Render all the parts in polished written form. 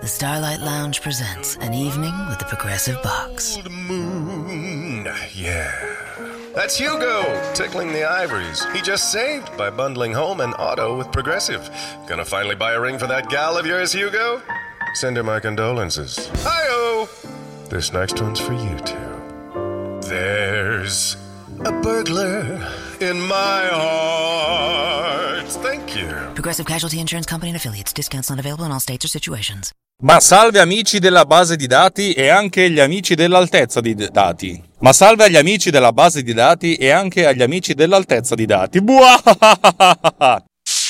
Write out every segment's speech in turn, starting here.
The Starlight Lounge presents An Evening with the Progressive Box. Old moon, yeah. That's Hugo, tickling the ivories. He just saved by bundling home and auto with Progressive. Gonna finally buy a ring for that gal of yours, Hugo? Send her my condolences. Hi-oh! This next one's for you two. There's a burglar in my heart. Thank you. Progressive Casualty Insurance Company and Affiliates. Discounts not available in all states or situations. Ma salve amici della base di dati e anche gli amici dell'altezza di dati. Ma salve agli amici della base di dati e anche agli amici dell'altezza di dati. Buah!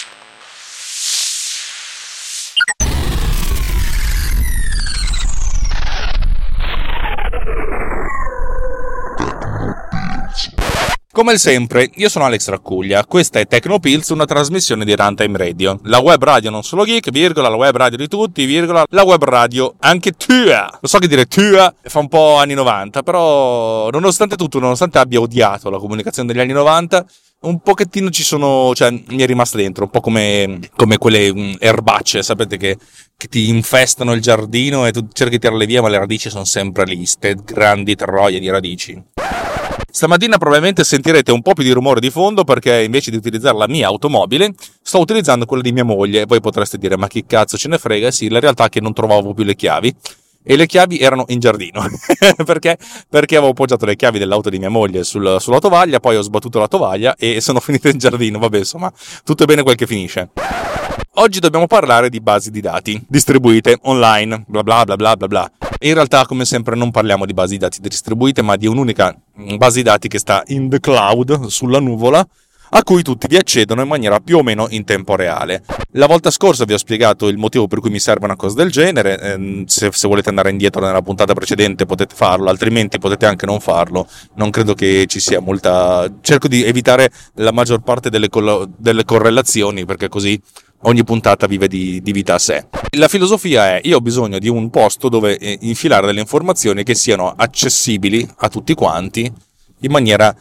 Come sempre, io sono Alex Raccuglia, questa è Tecnopills, una trasmissione di Runtime Radio. La web radio non solo geek, virgola, la web radio di tutti, virgola, la web radio anche tua. Lo so che dire tua fa un po' anni 90, però nonostante tutto, nonostante abbia odiato la comunicazione degli anni 90, un pochettino mi è rimasta dentro, un po' come quelle erbacce, sapete che ti infestano il giardino e tu cerchi di tirarle via, ma le radici sono sempre lì, ste grandi troie di radici. Stamattina probabilmente sentirete un po' più di rumore di fondo perché invece di utilizzare la mia automobile sto utilizzando quella di mia moglie. Voi potreste dire ma chi cazzo ce ne frega? Sì, la realtà è che non trovavo più le chiavi e le chiavi erano in giardino perché avevo appoggiato le chiavi dell'auto di mia moglie sulla tovaglia, poi ho sbattuto la tovaglia e sono finite in giardino. Vabbè, insomma, tutto è bene quel che finisce. Oggi dobbiamo parlare di basi di dati distribuite online, bla bla bla bla bla bla. E in realtà, come sempre, non parliamo di basi di dati distribuite, ma di un'unica base di dati che sta in the cloud, sulla nuvola, a cui tutti vi accedono in maniera più o meno in tempo reale. La volta scorsa vi ho spiegato il motivo per cui mi serve una cosa del genere. Se volete andare indietro nella puntata precedente potete farlo, altrimenti potete anche non farlo. Non credo che ci sia molta... Cerco di evitare la maggior parte delle correlazioni, perché così ogni puntata vive di vita a sé. La filosofia è: io ho bisogno di un posto dove infilare delle informazioni che siano accessibili a tutti quanti in maniera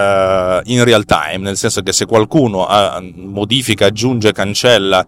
in real time, nel senso che se qualcuno modifica, aggiunge, cancella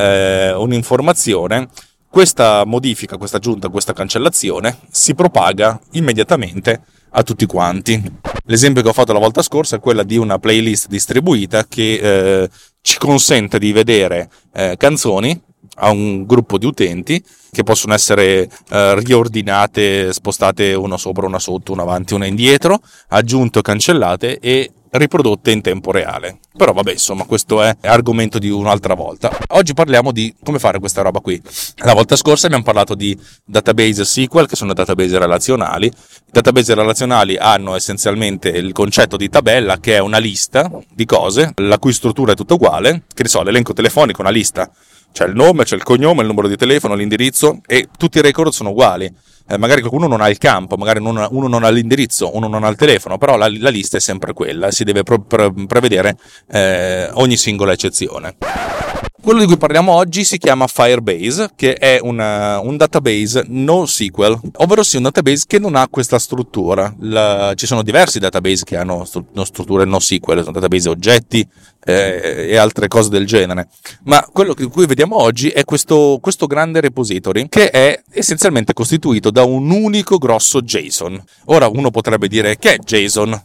un'informazione, questa modifica, questa aggiunta, questa cancellazione si propaga immediatamente a tutti quanti. L'esempio che ho fatto la volta scorsa è quella di una playlist distribuita che ci consente di vedere canzoni a un gruppo di utenti che possono essere riordinate, spostate una sopra, una sotto, una avanti, una indietro, aggiunte, cancellate e riprodotte in tempo reale. Però vabbè, insomma, questo è argomento di un'altra volta. Oggi parliamo di come fare questa roba qui. La volta scorsa abbiamo parlato di database SQL, che sono database relazionali. I database relazionali hanno essenzialmente il concetto di tabella, che è una lista di cose, la cui struttura è tutta uguale. Che ne so, l'elenco telefonico, una lista. C'è il nome, c'è il cognome, il numero di telefono, l'indirizzo e tutti i record sono uguali. Magari qualcuno non ha il campo, magari uno non ha l'indirizzo, uno non ha il telefono, però la lista è sempre quella, si deve prevedere ogni singola eccezione. Quello di cui parliamo oggi si chiama Firebase, che è un database NoSQL, ovvero sia un database che non ha questa struttura. Ci sono diversi database che hanno strutture NoSQL, sono database oggetti e altre cose del genere, ma quello di cui vediamo oggi è questo grande repository che è essenzialmente costituito da un unico grosso JSON. Ora uno potrebbe dire: che è JSON?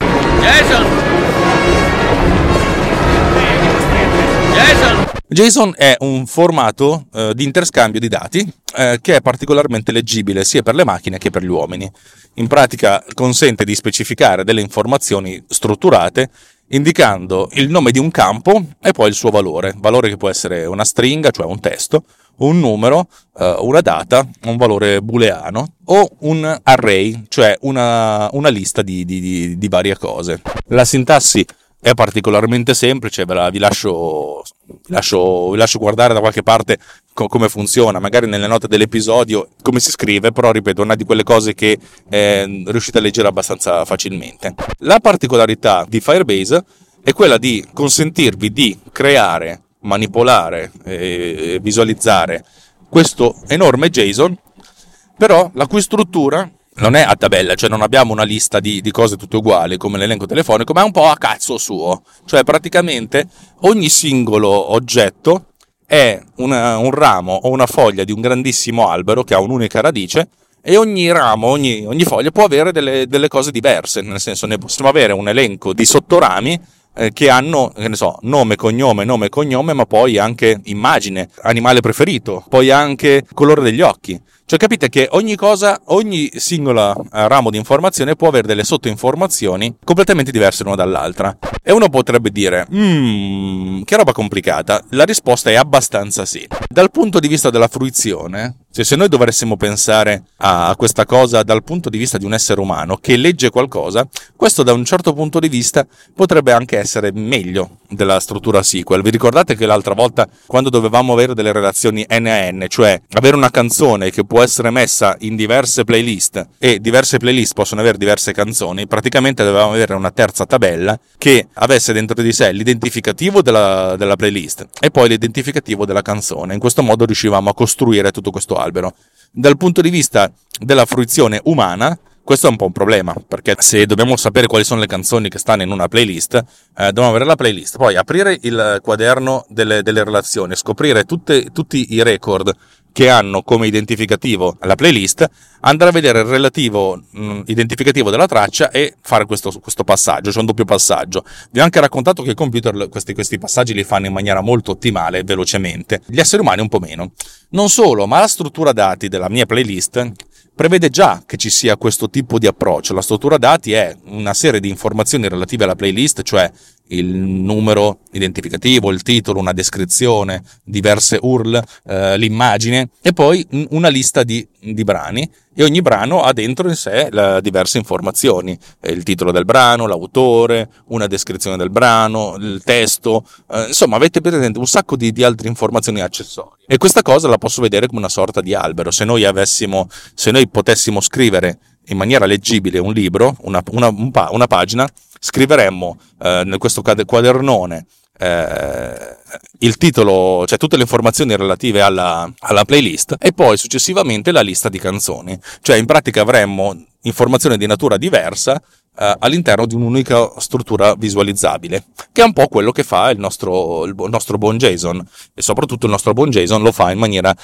JSON è un formato di interscambio di dati che è particolarmente leggibile sia per le macchine che per gli uomini. In pratica consente di specificare delle informazioni strutturate indicando il nome di un campo e poi il suo valore che può essere una stringa, cioè un testo, un numero, una data, un valore booleano o un array, cioè una lista di varie cose. La sintassi è particolarmente semplice, vi lascio guardare da qualche parte come funziona, magari nelle note dell'episodio come si scrive, però ripeto, è una di quelle cose che riuscite a leggere abbastanza facilmente. La particolarità di Firebase è quella di consentirvi di creare, manipolare e visualizzare questo enorme JSON, però la cui struttura non è a tabella, cioè non abbiamo una lista di cose tutte uguali come l'elenco telefonico, ma è un po' a cazzo suo, cioè praticamente ogni singolo oggetto è un ramo o una foglia di un grandissimo albero che ha un'unica radice, e ogni ramo, ogni foglia può avere delle cose diverse, nel senso ne possiamo avere un elenco di sottorami che hanno, che ne so, nome, cognome, ma poi anche immagine, animale preferito, poi anche colore degli occhi. Cioè capite che ogni singola ramo di informazione può avere delle sottoinformazioni completamente diverse l'una dall'altra. E uno potrebbe dire, che roba complicata. La risposta è abbastanza sì. Dal punto di vista della fruizione, se noi dovessimo pensare a questa cosa dal punto di vista di un essere umano che legge qualcosa, questo da un certo punto di vista potrebbe anche essere meglio della struttura SQL. Vi ricordate che l'altra volta, quando dovevamo avere delle relazioni N a N, cioè avere una canzone che può essere messa in diverse playlist e diverse playlist possono avere diverse canzoni, praticamente dovevamo avere una terza tabella che avesse dentro di sé l'identificativo della playlist e poi l'identificativo della canzone. In questo modo riuscivamo a costruire tutto questo albero. Dal punto di vista della fruizione umana, questo è un po' un problema, perché se dobbiamo sapere quali sono le canzoni che stanno in una playlist, dobbiamo avere la playlist, poi aprire il quaderno delle relazioni, scoprire tutti i record che hanno come identificativo la playlist, andare a vedere il relativo identificativo della traccia e fare questo passaggio, cioè un doppio passaggio. Vi ho anche raccontato che il computer questi passaggi li fanno in maniera molto ottimale e velocemente, gli esseri umani un po' meno. Non solo, ma la struttura dati della mia playlist prevede già che ci sia questo tipo di approccio. La struttura dati è una serie di informazioni relative alla playlist, cioè il numero identificativo, il titolo, una descrizione, diverse URL, l'immagine e poi una lista di brani, e ogni brano ha dentro in sé diverse informazioni, il titolo del brano, l'autore, una descrizione del brano, il testo, insomma avete presente un sacco di altre informazioni accessorie. E questa cosa la posso vedere come una sorta di albero. Se noi potessimo scrivere in maniera leggibile un libro, una pagina, scriveremmo in questo quadernone il titolo, cioè tutte le informazioni relative alla playlist, e poi successivamente la lista di canzoni. Cioè in pratica avremmo informazioni di natura diversa all'interno di un'unica struttura visualizzabile, che è un po' quello che fa il nostro buon JSON, e soprattutto il nostro buon JSON lo fa in maniera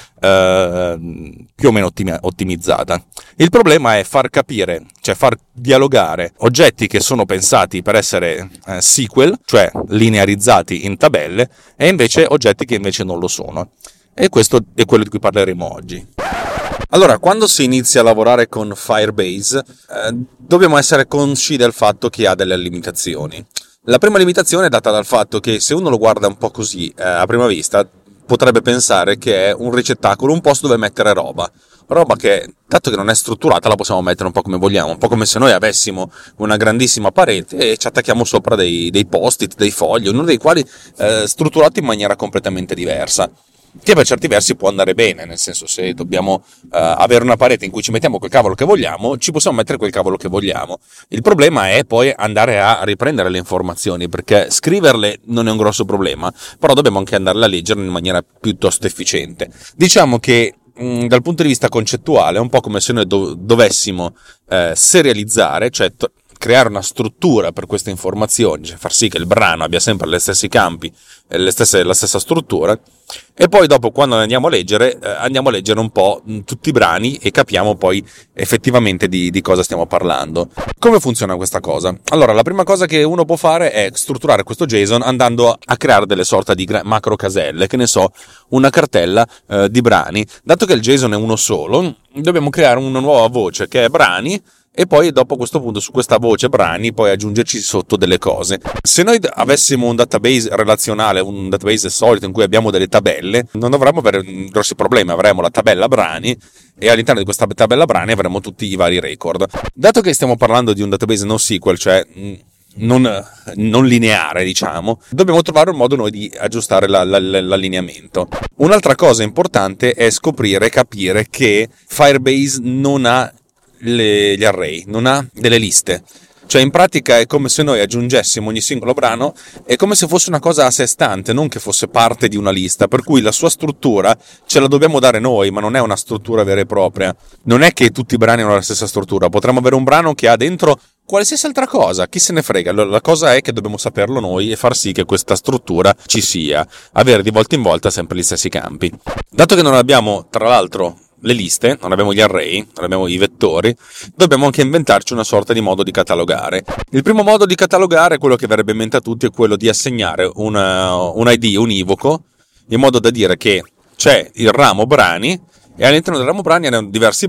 più o meno ottimizzata. Il problema è far capire, cioè far dialogare oggetti che sono pensati per essere SQL, cioè linearizzati in tabelle, e invece oggetti che invece non lo sono. E questo è quello di cui parleremo oggi. Allora, quando si inizia a lavorare con Firebase, dobbiamo essere consci del fatto che ha delle limitazioni. La prima limitazione è data dal fatto che se uno lo guarda un po' così a prima vista, potrebbe pensare che è un ricettacolo, un posto dove mettere roba che, dato che non è strutturata, la possiamo mettere un po' come vogliamo, un po' come se noi avessimo una grandissima parete e ci attacchiamo sopra dei post-it, dei fogli, ognuno dei quali strutturati in maniera completamente diversa, che per certi versi può andare bene, nel senso, se dobbiamo avere una parete in cui ci mettiamo quel cavolo che vogliamo, ci possiamo mettere quel cavolo che vogliamo. Il problema è poi andare a riprendere le informazioni, perché scriverle non è un grosso problema, però dobbiamo anche andarle a leggere in maniera piuttosto efficiente. Diciamo che dal punto di vista concettuale è un po' come se noi dovessimo serializzare, cioè creare una struttura per queste informazioni, cioè far sì che il brano abbia sempre gli stessi campi, la stessa struttura, e poi dopo, quando andiamo a leggere un po' tutti i brani e capiamo poi effettivamente di cosa stiamo parlando. Come funziona questa cosa? Allora, la prima cosa che uno può fare è strutturare questo JSON andando a creare delle sorte di macro caselle, che ne so, una cartella di brani. Dato che il JSON è uno solo, dobbiamo creare una nuova voce che è brani, e poi dopo, a questo punto, su questa voce brani poi aggiungerci sotto delle cose. Se noi avessimo un database relazionale, un database solito in cui abbiamo delle tabelle, non dovremmo avere grossi problemi. Avremo la tabella brani e all'interno di questa tabella brani avremo tutti i vari record. Dato che stiamo parlando di un database NoSQL, cioè non lineare, diciamo, dobbiamo trovare un modo noi di aggiustare l'allineamento. Un'altra cosa importante è capire che Firebase non ha gli array, non ha delle liste. Cioè in pratica è come se noi aggiungessimo ogni singolo brano, è come se fosse una cosa a sé stante, non che fosse parte di una lista, per cui la sua struttura ce la dobbiamo dare noi, ma non è una struttura vera e propria. Non è che tutti i brani hanno la stessa struttura. Potremmo avere un brano che ha dentro qualsiasi altra cosa, chi se ne frega. La cosa è che dobbiamo saperlo noi e far sì che questa struttura ci sia, avere di volta in volta sempre gli stessi campi. Dato che non abbiamo, tra l'altro, le liste, non abbiamo gli array, non abbiamo i vettori, dobbiamo anche inventarci una sorta di modo di catalogare. Il primo modo di catalogare, quello che verrebbe in mente a tutti, è quello di assegnare un ID univoco, in modo da dire che c'è il ramo brani e all'interno del ramo brani hanno diversi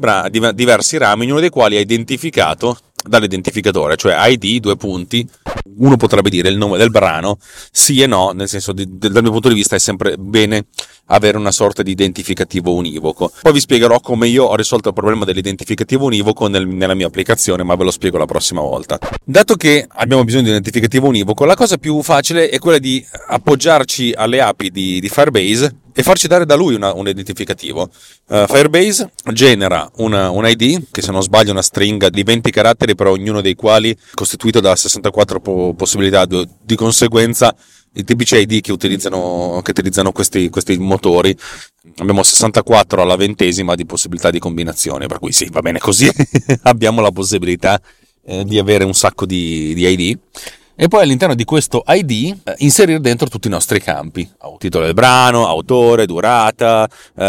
rami, ognuno dei quali è identificato dall'identificatore, cioè ID, due punti. Uno potrebbe dire il nome del brano, sì e no, nel senso dal mio punto di vista è sempre bene avere una sorta di identificativo univoco. Poi vi spiegherò come io ho risolto il problema dell'identificativo univoco nella mia applicazione, ma ve lo spiego la prossima volta. Dato che abbiamo bisogno di un identificativo univoco, la cosa più facile è quella di appoggiarci alle API di Firebase e farci dare da lui un identificativo. Firebase genera un ID, che se non sbaglio è una stringa di 20 caratteri per ognuno dei quali costituito da 64 possibilità. Di conseguenza i tipici ID che utilizzano questi motori, abbiamo 64 alla 20ª di possibilità di combinazione, per cui sì, va bene così. Abbiamo la possibilità di avere un sacco di ID. E poi all'interno di questo ID inserire dentro tutti i nostri campi: titolo del brano, autore, durata,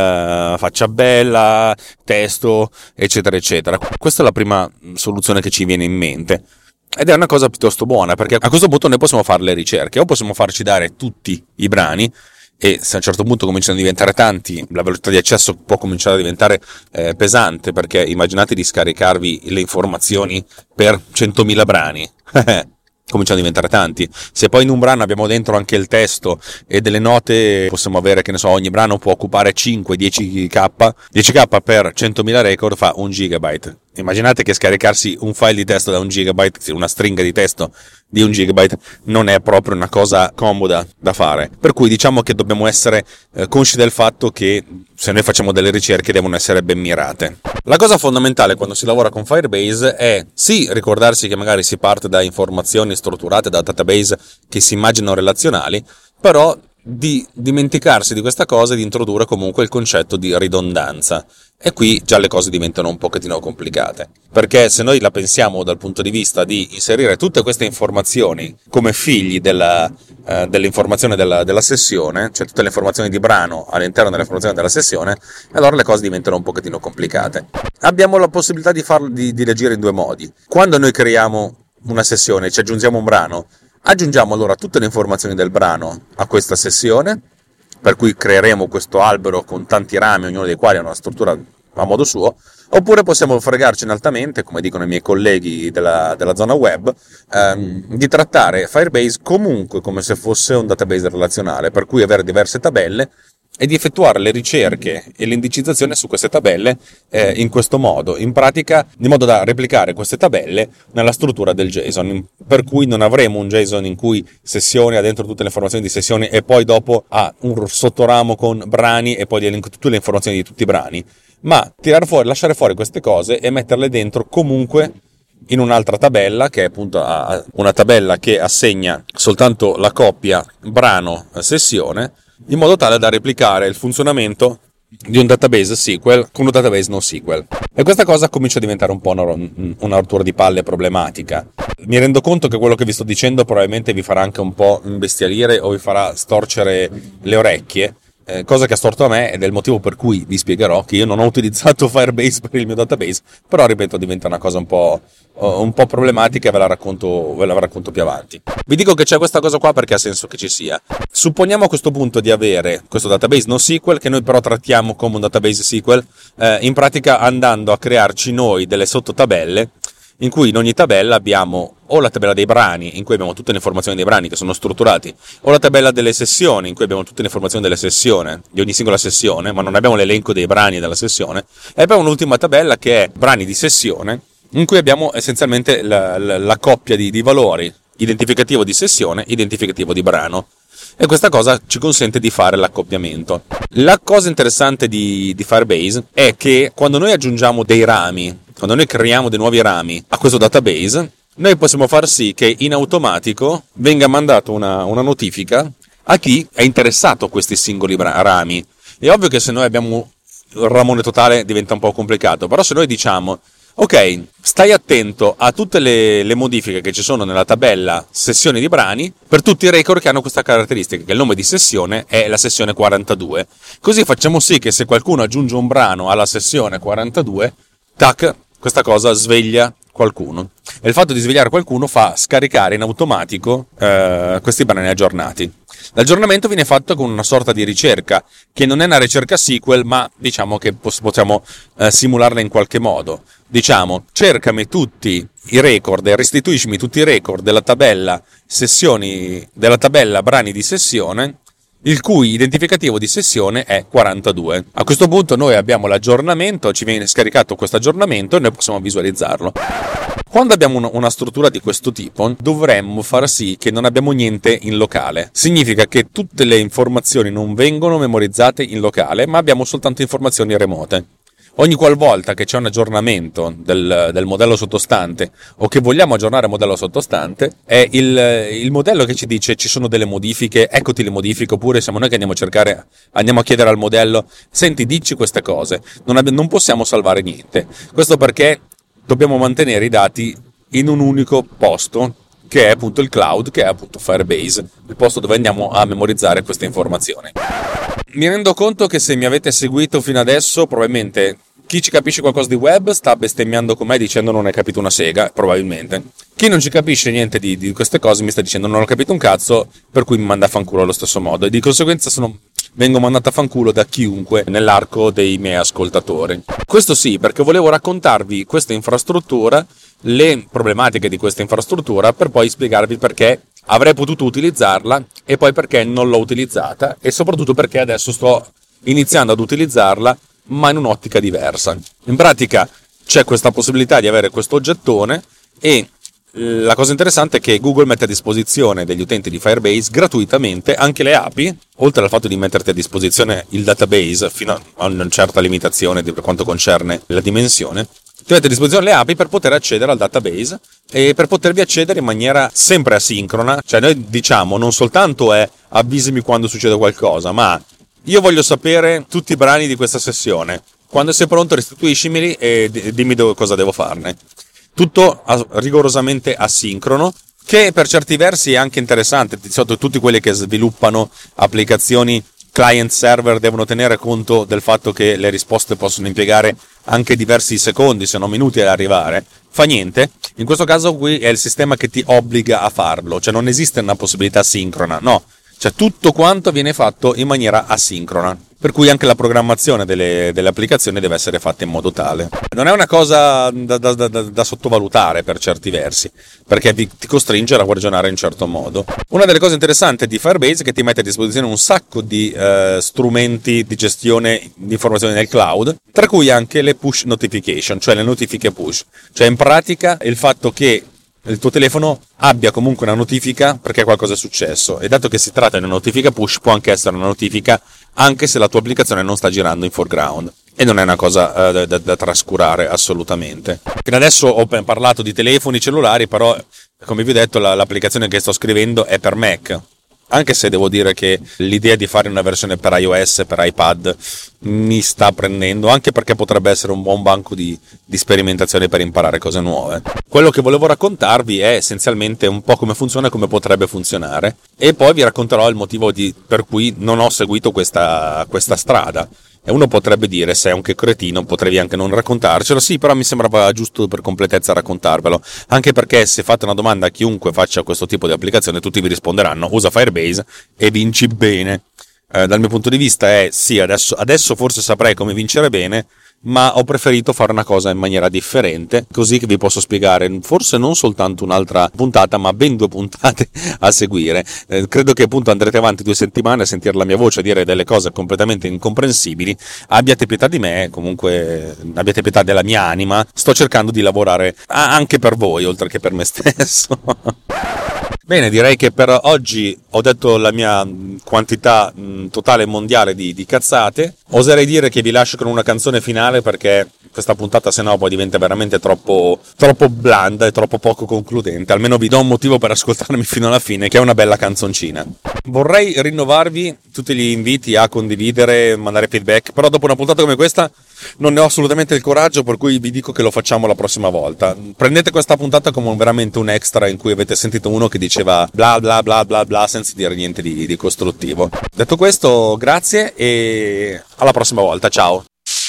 faccia bella, testo, eccetera eccetera. Questa è la prima soluzione che ci viene in mente ed è una cosa piuttosto buona, perché a questo punto noi possiamo fare le ricerche o possiamo farci dare tutti i brani, e se a un certo punto cominciano a diventare tanti, la velocità di accesso può cominciare a diventare pesante, perché immaginate di scaricarvi le informazioni per 100.000 brani. Cominciano a diventare tanti. Se poi in un brano abbiamo dentro anche il testo e delle note, possiamo avere, che ne so, ogni brano può occupare 5-10k. 10k per 100.000 record fa 1 gigabyte. Immaginate che scaricarsi un file di testo da 1 gigabyte, una stringa di testo di 1 gigabyte, non è proprio una cosa comoda da fare. Per cui diciamo che dobbiamo essere consci del fatto che se noi facciamo delle ricerche devono essere ben mirate. La cosa fondamentale quando si lavora con Firebase è sì ricordarsi che magari si parte da informazioni strutturate, da database che si immaginano relazionali, però di dimenticarsi di questa cosa e di introdurre comunque il concetto di ridondanza. E qui già le cose diventano un pochettino complicate, perché se noi la pensiamo dal punto di vista di inserire tutte queste informazioni come figli dell'informazione della sessione, cioè tutte le informazioni di brano all'interno dell'informazione della sessione, allora le cose diventano un pochettino complicate. Abbiamo la possibilità di reagire in due modi. Quando noi creiamo una sessione, ci aggiungiamo un brano, aggiungiamo allora tutte le informazioni del brano a questa sessione, per cui creeremo questo albero con tanti rami, ognuno dei quali ha una struttura a modo suo, oppure possiamo fregarcene altamente, come dicono i miei colleghi della zona web, di trattare Firebase comunque come se fosse un database relazionale, per cui avere diverse tabelle e di effettuare le ricerche e l'indicizzazione su queste tabelle in questo modo, in pratica, di modo da replicare queste tabelle nella struttura del JSON, per cui non avremo un JSON in cui sessione ha dentro tutte le informazioni di sessioni e poi dopo ha un sottoramo con brani e poi tutte le informazioni di tutti i brani, ma lasciare fuori queste cose e metterle dentro comunque in un'altra tabella, che è appunto una tabella che assegna soltanto la coppia brano-sessione, in modo tale da replicare il funzionamento di un database SQL con un database NoSQL. E questa cosa comincia a diventare un po' una rottura di palle problematica. Mi rendo conto che quello che vi sto dicendo probabilmente vi farà anche un po' imbestialire o vi farà storcere le orecchie, cosa che ha storto a me ed è il motivo per cui vi spiegherò che io non ho utilizzato Firebase per il mio database, però ripeto diventa una cosa un po' problematica e ve la racconto più avanti. Vi dico che c'è questa cosa qua perché ha senso che ci sia. Supponiamo a questo punto di avere questo database NoSQL che noi però trattiamo come un database SQL, in pratica andando a crearci noi delle sottotabelle in cui in ogni tabella abbiamo o la tabella dei brani, in cui abbiamo tutte le informazioni dei brani che sono strutturati, o la tabella delle sessioni, in cui abbiamo tutte le informazioni delle sessioni, di ogni singola sessione, ma non abbiamo l'elenco dei brani della sessione, e abbiamo un'ultima tabella che è brani di sessione, in cui abbiamo essenzialmente la coppia di valori, identificativo di sessione, identificativo di brano. E questa cosa ci consente di fare l'accoppiamento. La cosa interessante di Firebase è che quando noi aggiungiamo dei rami, quando noi creiamo dei nuovi rami a questo database, noi possiamo far sì che in automatico venga mandata una notifica a chi è interessato a questi singoli rami. È ovvio che se noi abbiamo il ramone totale diventa un po' complicato, però se noi diciamo Ok, stai attento a tutte le modifiche che ci sono nella tabella sessioni di brani per tutti i record che hanno questa caratteristica, che il nome di sessione è la sessione 42. Così facciamo sì che se qualcuno aggiunge un brano alla sessione 42, tac, questa cosa sveglia qualcuno. E il fatto di svegliare qualcuno fa scaricare in automatico questi brani aggiornati. L'aggiornamento viene fatto con una sorta di ricerca, che non è una ricerca SQL, ma diciamo che possiamo simularla in qualche modo. Diciamo, cercami tutti i record e restituiscimi tutti i record della tabella sessioni, della tabella brani di sessione, il cui identificativo di sessione è 42. A questo punto noi abbiamo l'aggiornamento, ci viene scaricato questo aggiornamento e noi possiamo visualizzarlo. Quando abbiamo una struttura di questo tipo, dovremmo far sì che non abbiamo niente in locale. Significa che tutte le informazioni non vengono memorizzate in locale, ma abbiamo soltanto informazioni remote. Ogni qualvolta che c'è un aggiornamento del modello sottostante o che vogliamo aggiornare il modello sottostante, è il modello che ci dice ci sono delle modifiche, eccoti le modifiche, oppure siamo noi che andiamo a chiedere al modello, senti, dici queste cose. Non possiamo salvare niente. Questo perché dobbiamo mantenere i dati in un unico posto, che è appunto il cloud, che è appunto Firebase, il posto dove andiamo a memorizzare queste informazioni. Mi rendo conto che se mi avete seguito fino adesso, probabilmente chi ci capisce qualcosa di web sta bestemmiando con me dicendo non hai capito una sega, probabilmente. Chi non ci capisce niente di queste cose mi sta dicendo non ho capito un cazzo, per cui mi manda a fanculo allo stesso modo, e di conseguenza vengo mandato a fanculo da chiunque nell'arco dei miei ascoltatori. Questo sì, perché volevo raccontarvi questa infrastruttura, le problematiche di questa infrastruttura, per poi spiegarvi perché avrei potuto utilizzarla e poi perché non l'ho utilizzata, e soprattutto perché adesso sto iniziando ad utilizzarla ma in un'ottica diversa. In pratica c'è questa possibilità di avere questo oggettone, e la cosa interessante è che Google mette a disposizione degli utenti di Firebase gratuitamente anche le API, oltre al fatto di metterti a disposizione il database fino a una certa limitazione per quanto concerne la dimensione. Ti mette a disposizione le API per poter accedere al database e per potervi accedere in maniera sempre asincrona. Cioè noi diciamo non soltanto è avvisami quando succede qualcosa, ma io voglio sapere tutti i brani di questa sessione. Quando sei pronto restituiscimeli e dimmi cosa devo farne. Tutto rigorosamente asincrono, che per certi versi è anche interessante. Di solito tutti quelli che sviluppano applicazioni client-server devono tenere conto del fatto che le risposte possono impiegare anche diversi secondi, se non minuti, ad arrivare. Fa niente, in questo caso qui è il sistema che ti obbliga a farlo, cioè non esiste una possibilità sincrona, no, cioè tutto quanto viene fatto in maniera asincrona, per cui anche la programmazione delle applicazioni deve essere fatta in modo tale. Non è una cosa da sottovalutare per certi versi, perché ti costringe a ragionare in un certo modo. Una delle cose interessanti di Firebase è che ti mette a disposizione un sacco di strumenti di gestione di informazioni nel cloud, tra cui anche le push notification, cioè le notifiche push. Cioè in pratica il fatto che il tuo telefono abbia comunque una notifica perché qualcosa è successo, e dato che si tratta di una notifica push può anche essere una notifica anche se la tua applicazione non sta girando in foreground, e non è una cosa da trascurare assolutamente. Fino adesso ho parlato di telefoni cellulari, però come vi ho detto l'applicazione che sto scrivendo è per Mac, anche se devo dire che l'idea di fare una versione per iOS, per iPad, mi sta prendendo, anche perché potrebbe essere un buon banco di sperimentazione per imparare cose nuove. Quello che volevo raccontarvi è essenzialmente un po' come funziona e come potrebbe funzionare, e poi vi racconterò il motivo per cui non ho seguito questa strada. E uno potrebbe dire, sei anche cretino, potevi anche non raccontarcelo. Sì, però mi sembrava giusto per completezza raccontarvelo, anche perché se fate una domanda a chiunque faccia questo tipo di applicazione, tutti vi risponderanno usa Firebase e vinci bene. Dal mio punto di vista è sì, adesso forse saprei come vincere bene, ma ho preferito fare una cosa in maniera differente, così che vi posso spiegare forse non soltanto un'altra puntata, ma ben 2 puntate a seguire. Credo che appunto andrete avanti 2 settimane a sentire la mia voce dire delle cose completamente incomprensibili. Abbiate pietà di me, comunque abbiate pietà della mia anima. Sto cercando di lavorare anche per voi, oltre che per me stesso. Bene, direi che per oggi ho detto la mia quantità totale mondiale di cazzate. Oserei dire che vi lascio con una canzone finale, perché questa puntata sennò poi diventa veramente troppo blanda e troppo poco concludente. Almeno vi do un motivo per ascoltarmi fino alla fine, che è una bella canzoncina. Vorrei rinnovarvi tutti gli inviti a condividere, mandare feedback, però dopo una puntata come questa non ne ho assolutamente il coraggio, per cui vi dico che lo facciamo la prossima volta. Prendete questa puntata come veramente un extra in cui avete sentito uno che diceva bla bla bla bla bla senza dire niente di costruttivo. Detto questo, grazie e alla prossima volta, ciao.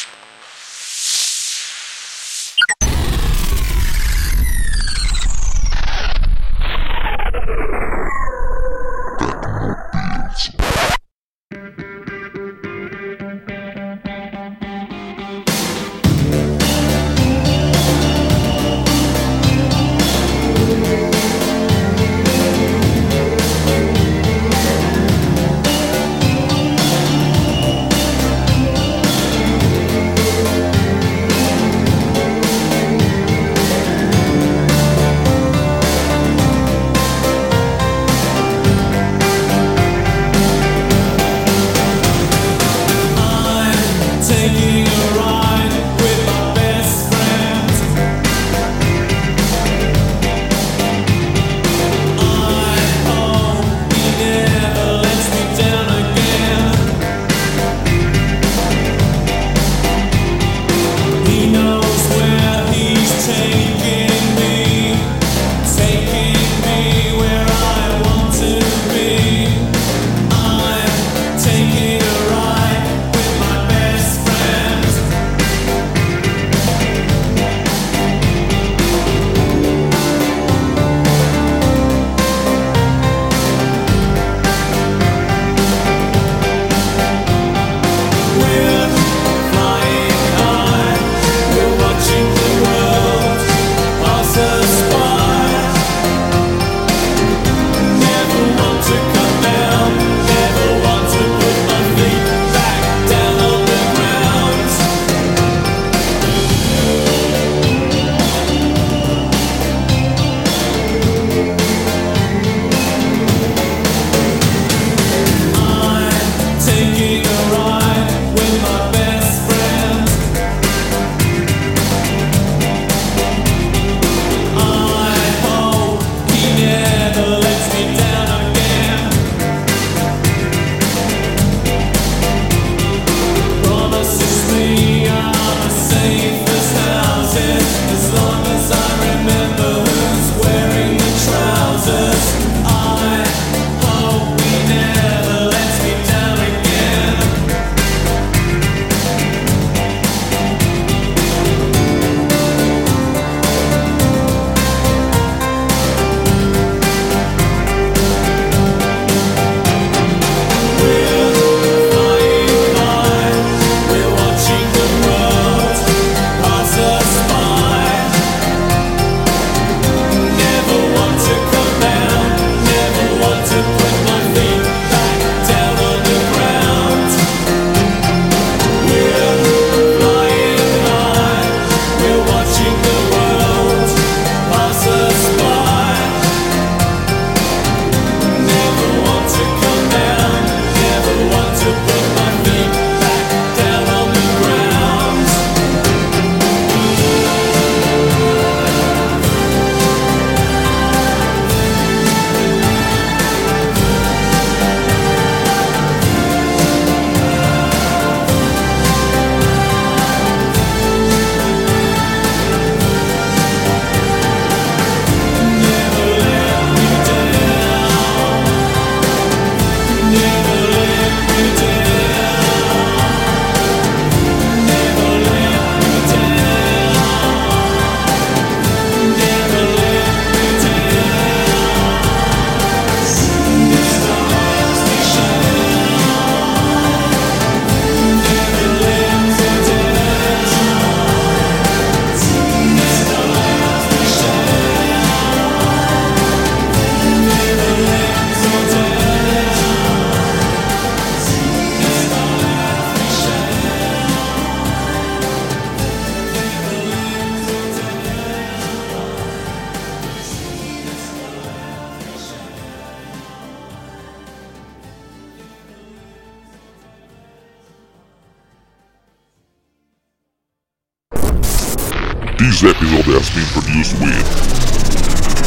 This episode has been produced with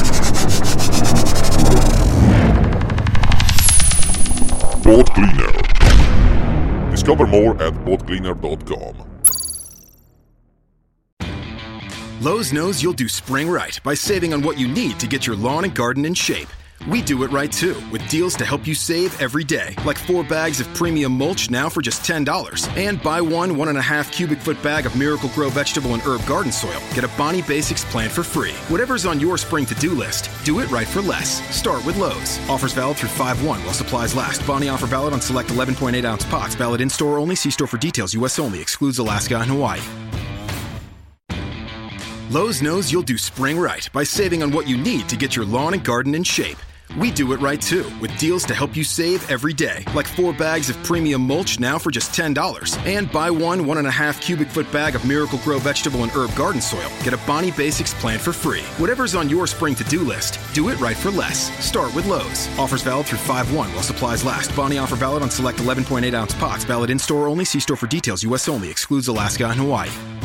Pod Cleaner. Discover more at boatcleaner.com. Lowe's knows you'll do spring right by saving on what you need to get your lawn and garden in shape. We do it right too, with deals to help you save every day. Like 4 bags of premium mulch now for just $10. And buy 1.5 cubic foot bag of Miracle-Gro vegetable and herb garden soil. Get a Bonnie Basics plan for free. Whatever's on your spring to-do list, do it right for less. Start with Lowe's. Offers valid through 5/1 while supplies last. Bonnie offer valid on select 11.8-ounce pots. Valid in-store only. See store for details. U.S. only. Excludes Alaska and Hawaii. Lowe's knows you'll do spring right by saving on what you need to get your lawn and garden in shape. We do it right too, with deals to help you save every day. Like 4 bags of premium mulch now for just $10. And buy 1.5 cubic foot bag of Miracle-Gro vegetable and herb garden soil. Get a Bonnie Basics plan for free. Whatever's on your spring to-do list, do it right for less. Start with Lowe's. Offers valid through 5/1 while supplies last. Bonnie offer valid on select 11.8-ounce pots. Valid in-store only. See store for details. U.S. only. Excludes Alaska and Hawaii.